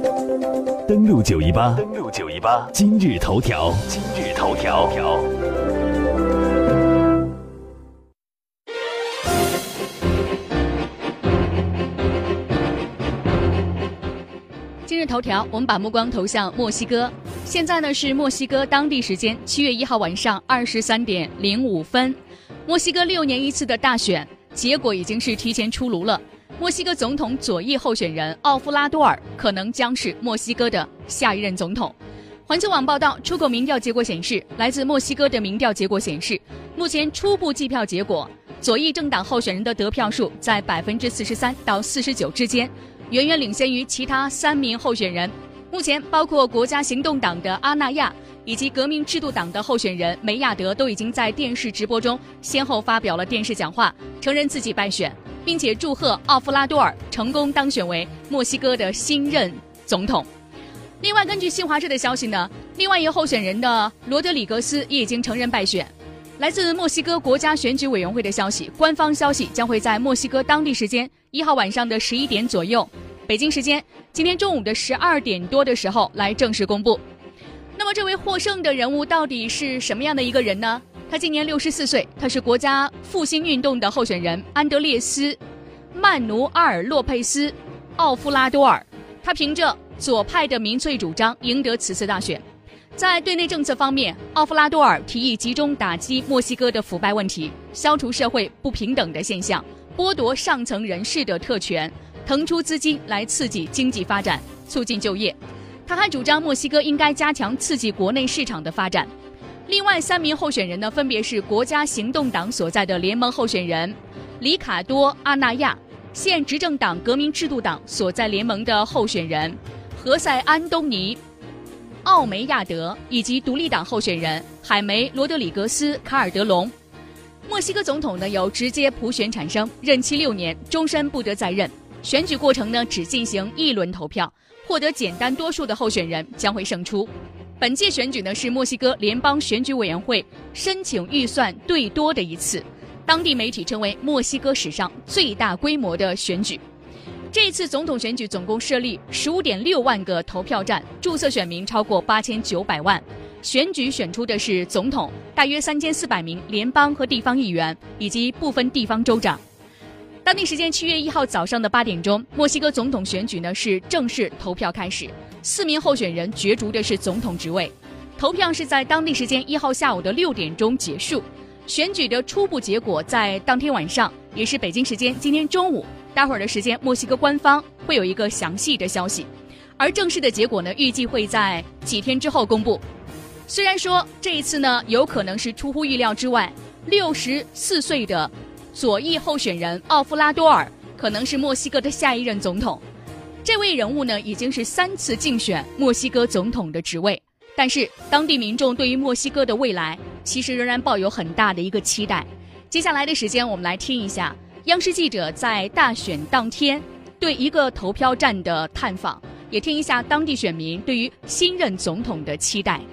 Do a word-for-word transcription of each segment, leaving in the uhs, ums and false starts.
登录九一八，登录九一八，今日头条，今日头条。 今日头条，我们把目光投向墨西哥。现在呢是墨西哥当地时间七月一号晚上二十三点零五分。墨西哥六年一次的大选结果已经是提前出炉了。墨西哥总统左翼候选人奥夫拉多尔可能将是墨西哥的下一任总统。环球网报道，出口民调结果显示，来自墨西哥的民调结果显示，目前初步计票结果，左翼政党候选人的得票数在百分之四十三到四十九之间，远远领先于其他三名候选人。目前，包括国家行动党的阿纳亚以及革命制度党的候选人梅亚德都已经在电视直播中先后发表了电视讲话，承认自己败选，并且祝贺奥夫拉多尔成功当选为墨西哥的新任总统。另外，根据新华社的消息呢，另外一个候选人的罗德里格斯也已经承认败选。来自墨西哥国家选举委员会的消息，官方消息将会在墨西哥当地时间一号晚上的十一点左右，北京时间今天中午的十二点多的时候来正式公布。那么这位获胜的人物到底是什么样的一个人呢？他今年六十四岁，他是国家复兴运动的候选人安德烈斯·曼努阿尔·洛佩斯·奥夫拉多尔。他凭着左派的民粹主张赢得此次大选。在对内政策方面，奥夫拉多尔提议集中打击墨西哥的腐败问题，消除社会不平等的现象，剥夺上层人士的特权，腾出资金来刺激经济发展，促进就业。他还主张墨西哥应该加强刺激国内市场的发展。另外三名候选人呢，分别是国家行动党所在的联盟候选人里卡多·阿纳亚，现执政党革命制度党所在联盟的候选人何塞·安东尼·奥梅亚德，以及独立党候选人海梅·罗德里格斯·卡尔德隆。墨西哥总统呢由直接普选产生，任期六年，终身不得再任。选举过程呢只进行一轮投票，获得简单多数的候选人将会胜出。本届选举呢是墨西哥联邦选举委员会申请预算最多的一次，当地媒体称为墨西哥史上最大规模的选举。这一次总统选举总共设立 十五点六万个投票站，注册选民超过八千九百万。选举选出的是总统、大约三千四百名联邦和地方议员以及部分地方州长。当地时间七月一号早上的八点钟，墨西哥总统选举呢是正式投票开始，四名候选人角逐的是总统职位。投票是在当地时间一号下午的六点钟结束。选举的初步结果在当天晚上，也是北京时间今天中午，待会儿的时间墨西哥官方会有一个详细的消息，而正式的结果呢预计会在几天之后公布。虽然说这一次呢有可能是出乎意料之外，六十四岁的左翼候选人奥夫拉多尔可能是墨西哥的下一任总统。这位人物呢已经是三次竞选墨西哥总统的职位，但是当地民众对于墨西哥的未来其实仍然抱有很大的一个期待。接下来的时间我们来听一下央视记者在大选当天对一个投票站的探访，也听一下当地选民对于新任总统的期待。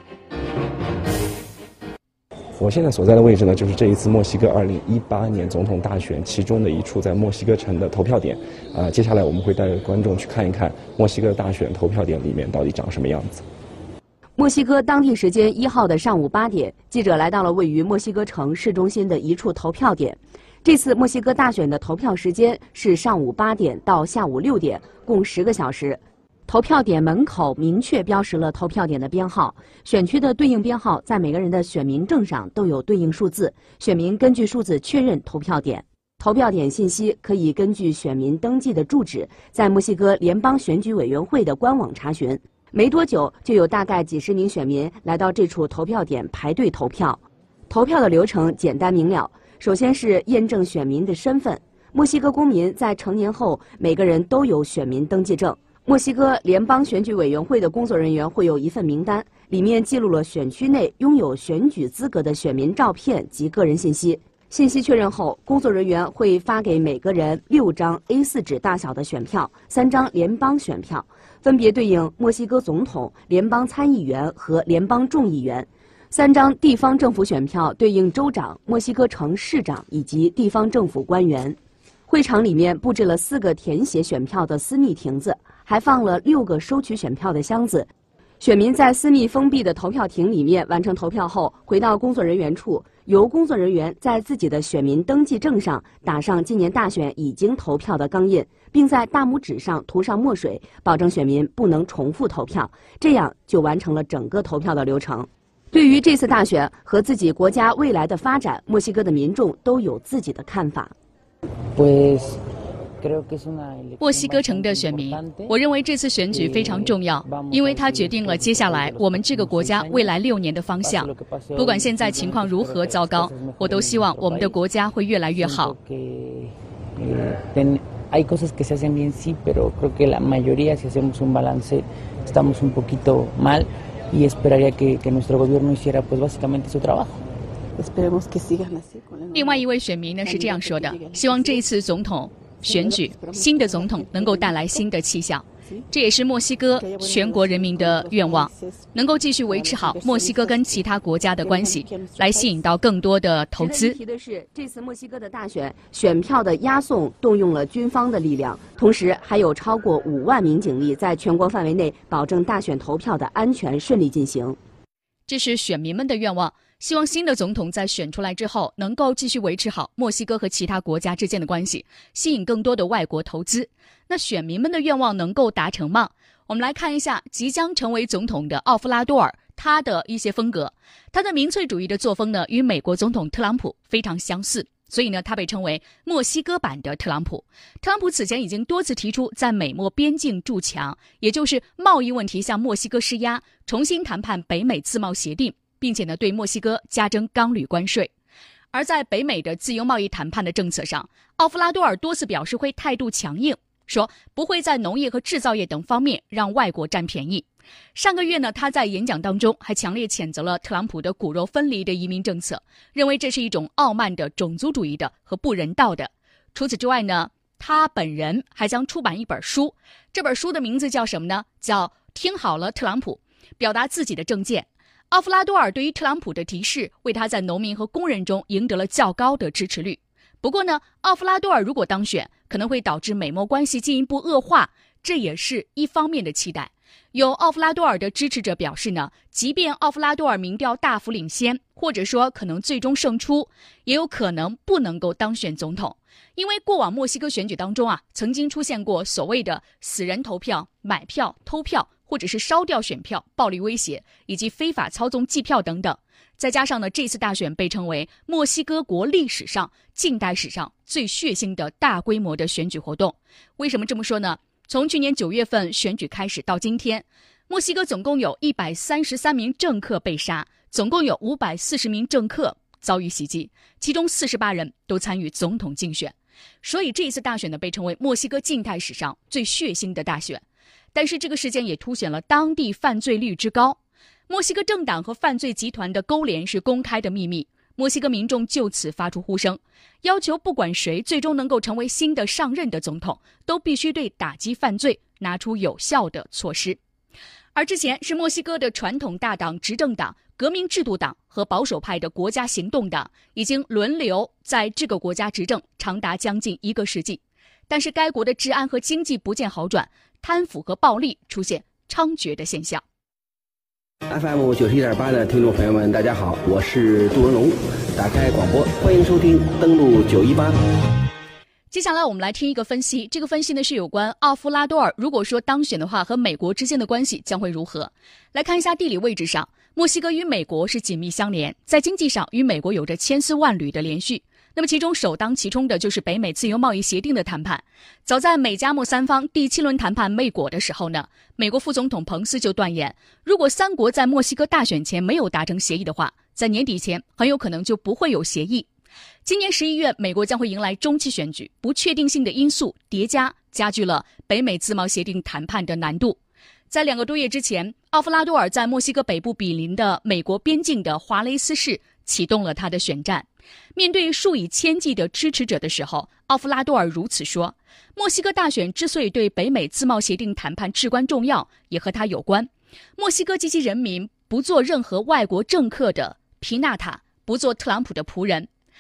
我现在所在的位置呢，就是这一次墨西哥二零一八年总统大选其中的一处在墨西哥城的投票点。啊、呃，接下来我们会带着观众去看一看墨西哥大选投票点里面到底长什么样子。 墨西哥当地时间一号的上午八点，记者来到了位于墨西哥城市中心的一处投票点。这次墨西哥大选的投票时间是上午八点到下午六点，共十个小时。投票点门口明确标识了投票点的编号，选区的对应编号在每个人的选民证上都有对应数字，选民根据数字确认投票点。投票点信息可以根据选民登记的住址，在墨西哥联邦选举委员会的官网查询。没多久，就有大概几十名选民来到这处投票点排队投票。投票的流程简单明了，首先是验证选民的身份。墨西哥公民在成年后，每个人都有选民登记证。墨西哥联邦选举委员会的工作人员会有一份名单，里面记录了选区内拥有选举资格的选民照片及个人信息。信息确认后，工作人员会发给每个人六张 A 四 纸大小的选票，三张联邦选票，分别对应墨西哥总统、联邦参议员和联邦众议员；三张地方政府选票对应州长、墨西哥城市长以及地方政府官员。会场里面布置了四个填写选票的私密亭子， 还放了六个收取选票的箱子。选民在私密封闭的投票亭里面完成投票后，回到工作人员处，由工作人员在自己的选民登记证上打上今年大选已经投票的钢印，并在大拇指上涂上墨水，保证选民不能重复投票，这样就完成了整个投票的流程。对于这次大选和自己国家未来的发展，墨西哥的民众都有自己的看法。 墨西哥城的选民，我认为这次选举非常重要，因为它决定了接下来我们这个国家未来六年的方向。不管现在情况如何糟糕，我都希望我们的国家会越来越好。 Hay cosas que se hacen bien, sí, pero creo que la mayoría, si hacemos un balance, estamos un poquito mal y esperaría que, que nuestro gobierno hiciera, pues básicamente su trabajo. Esperemos que sigan así. 另外一位选民呢是这样说的：希望这一次总统选举，新的总统能够带来新的气象。这也是墨西哥全国人民的愿望，能够继续维持好墨西哥跟其他国家的关系，来吸引到更多的投资。 值得一提的是，这次墨西哥的大选，选票的押送动用了军方的力量，同时还有超过五万名警力在全国范围内保证大选投票的安全顺利进行。 这是选民们的愿望。希望新的总统在选出来之后，能够继续维持好墨西哥和其他国家之间的关系，吸引更多的外国投资。那选民们的愿望能够达成吗？我们来看一下即将成为总统的奥夫拉多尔，他的一些风格。他的民粹主义的作风呢，与美国总统特朗普非常相似，所以呢，他被称为墨西哥版的特朗普。特朗普此前已经多次提出在美墨边境筑墙，也就是贸易问题向墨西哥施压，重新谈判北美自贸协定，并且呢，对墨西哥加征钢铝关税。而在北美的自由贸易谈判的政策上，奥夫拉多尔多次表示会态度强硬，说不会在农业和制造业等方面让外国占便宜。上个月呢，他在演讲当中还强烈谴责了特朗普的骨肉分离的移民政策，认为这是一种傲慢的、种族主义的和不人道的。除此之外呢，他本人还将出版一本书，这本书的名字叫什么呢？叫《听好了，特朗普》，表达自己的政见。奥夫拉多尔对于特朗普的敌视，为他在农民和工人中赢得了较高的支持率。不过呢，奥夫拉多尔如果当选，可能会导致美墨关系进一步恶化，这也是一方面的期待。有奥夫拉多尔的支持者表示呢，即便奥夫拉多尔民调大幅领先，或者说可能最终胜出，也有可能不能够当选总统。因为过往墨西哥选举当中啊，曾经出现过所谓的死人投票、买票、偷票，或者是烧掉选票、暴力威胁以及非法操纵计票等等。再加上呢，这次大选被称为墨西哥国历史上、近代史上最血腥的大规模的选举活动。为什么这么说呢？从去年九月份选举开始到今天，墨西哥总共有一百三十三名政客被杀，总共有五百四十名政客遭遇袭击，其中四十八人都参与总统竞选。所以这一次大选呢，被称为墨西哥近代史上最血腥的大选。但是这个事件也凸显了当地犯罪率之高。墨西哥政党和犯罪集团的勾连是公开的秘密，墨西哥民众就此发出呼声，要求不管谁最终能够成为新的上任的总统，都必须对打击犯罪拿出有效的措施。而之前是墨西哥的传统大党执政党、革命制度党和保守派的国家行动党已经轮流在这个国家执政长达将近一个世纪，但是该国的治安和经济不见好转，贪腐和暴力出现猖獗的现象。 F M 九十一点八的听众朋友们，大家好，我是杜文龙，打开广播，欢迎收听，登录九一八。 接下来我们来听一个分析，这个分析呢是有关奥夫拉多尔如果说当选的话，和美国之间的关系将会如何。来看一下地理位置上，墨西哥与美国是紧密相连，在经济上与美国有着千丝万缕的连续。那么其中首当其冲的就是北美自由贸易协定的谈判。早在美加墨三方第七轮谈判未果的时候呢，美国副总统彭斯就断言，如果三国在墨西哥大选前没有达成协议的话，在年底前很有可能就不会有协议。今年十一月，美国将会迎来中期选举，不确定性的因素叠加，加剧了北美自贸协定谈判的难度。在两个多月之前，奥夫拉多尔在墨西哥北部比邻的美国边境的华雷斯市启动了他的选战。面对数以千计的支持者的时候，奥夫拉多尔如此说：墨西哥大选之所以对北美自贸协定谈判至关重要，也和他有关。墨西哥及其人民不做任何外国政客的皮纳塔，不做特朗普的仆人。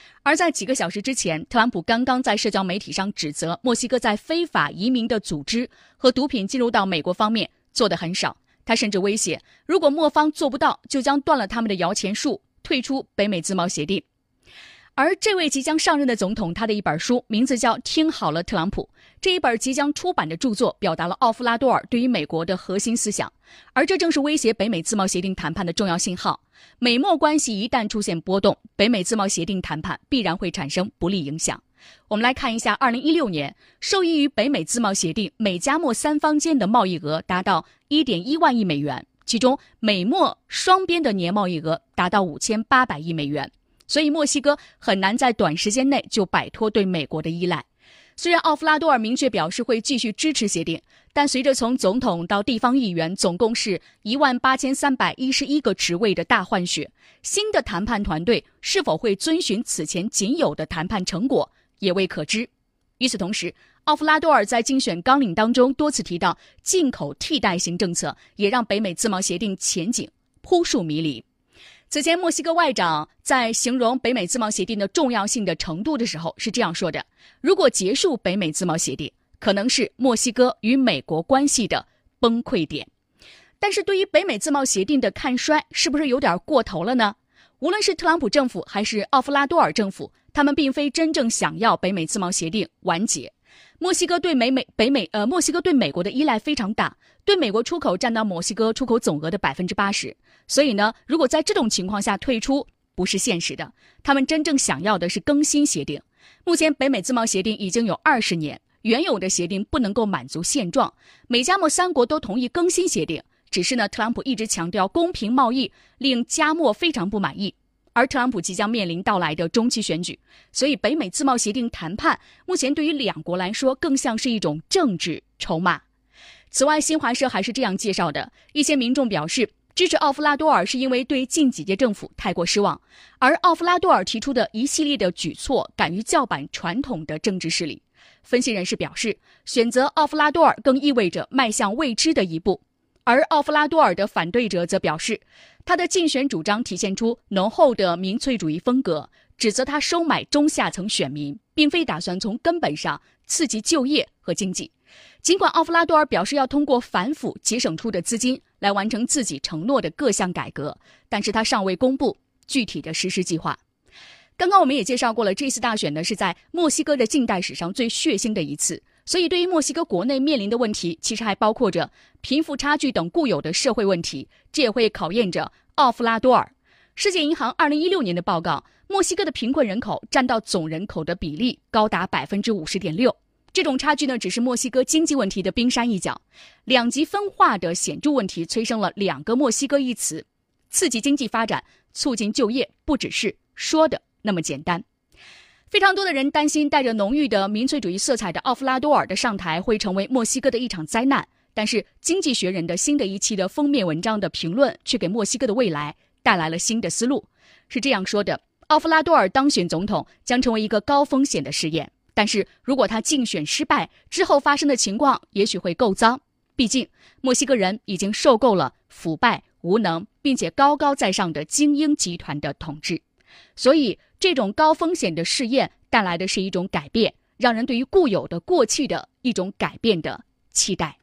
而在几个小时之前，特朗普刚刚在社交媒体上指责墨西哥在非法移民的组织和毒品进入到美国方面做得很少。他甚至威胁，如果墨方做不到，就将断了他们的摇钱树，退出北美自贸协定。而这位即将上任的总统，他的一本书名字叫《听好了，特朗普》。这一本即将出版的著作表达了奥夫拉多尔对于美国的核心思想，而这正是威胁北美自贸协定谈判的重要信号。美墨关系一旦出现波动，北美自贸协定谈判必然会产生不利影响。我们来看一下二零一六年，受益于北美自贸协定，美加墨三方间的贸易额达到 一点一万亿美元，其中美墨双边的年贸易额达到五千八百亿美元。所以墨西哥很难在短时间内就摆脱对美国的依赖。虽然奥夫拉多尔明确表示会继续支持协定，但随着从总统到地方议员总共是一万八千三百一十一个职位的大换血，新的谈判团队是否会遵循此前仅有的谈判成果也未可知。与此同时，奥夫拉多尔在竞选纲领当中多次提到进口替代型政策，也让北美自贸协定前景扑朔迷离。此前，墨西哥外长在形容北美自贸协定的重要性的程度的时候是这样说的：如果结束北美自贸协定，可能是墨西哥与美国关系的崩溃点。但是对于北美自贸协定的看衰，是不是有点过头了呢？无论是特朗普政府还是奥夫拉多尔政府，他们并非真正想要北美自贸协定完结。墨西哥对美美北美呃，墨西哥对美国的依赖非常大，对美国出口占到墨西哥出口总额的 百分之八十。所以呢，如果在这种情况下退出，不是现实的。他们真正想要的是更新协定。目前北美自贸协定已经有二十年，原有的协定不能够满足现状。美加墨三国都同意更新协定，只是呢，特朗普一直强调公平贸易，令加墨非常不满意。而特朗普即将面临到来的中期选举，所以北美自贸协定谈判目前对于两国来说更像是一种政治筹码。此外，新华社还是这样介绍的：一些民众表示支持奥夫拉多尔是因为对近几届政府太过失望，而奥夫拉多尔提出的一系列的举措敢于叫板传统的政治势力。分析人士表示，选择奥夫拉多尔更意味着迈向未知的一步。而奥夫拉多尔的反对者则表示，他的竞选主张体现出浓厚的民粹主义风格，指责他收买中下层选民，并非打算从根本上刺激就业和经济。尽管奥夫拉多尔表示要通过反腐节省出的资金来完成自己承诺的各项改革，但是他尚未公布具体的实施计划。刚刚我们也介绍过了，这次大选呢是在墨西哥的近代史上最血腥的一次。所以对于墨西哥国内面临的问题，其实还包括着贫富差距等固有的社会问题，这也会考验着奥夫拉多尔。世界银行二零一六年的报告，墨西哥的贫困人口占到总人口的比例高达 百分之五十点六。这种差距呢，只是墨西哥经济问题的冰山一角。两极分化的显著问题催生了两个墨西哥一词，刺激经济发展，促进就业，不只是说的那么简单。非常多的人担心带着浓郁的民粹主义色彩的奥夫拉多尔的上台会成为墨西哥的一场灾难，但是《经济学人》的新的一期的封面文章的评论却给墨西哥的未来带来了新的思路。是这样说的：奥夫拉多尔当选总统将成为一个高风险的试验，但是如果他竞选失败之后发生的情况也许会够脏。毕竟墨西哥人已经受够了腐败、无能并且高高在上的精英集团的统治。所以这种高风险的试验带来的是一种改变，让人对于固有的过去的一种改变的期待。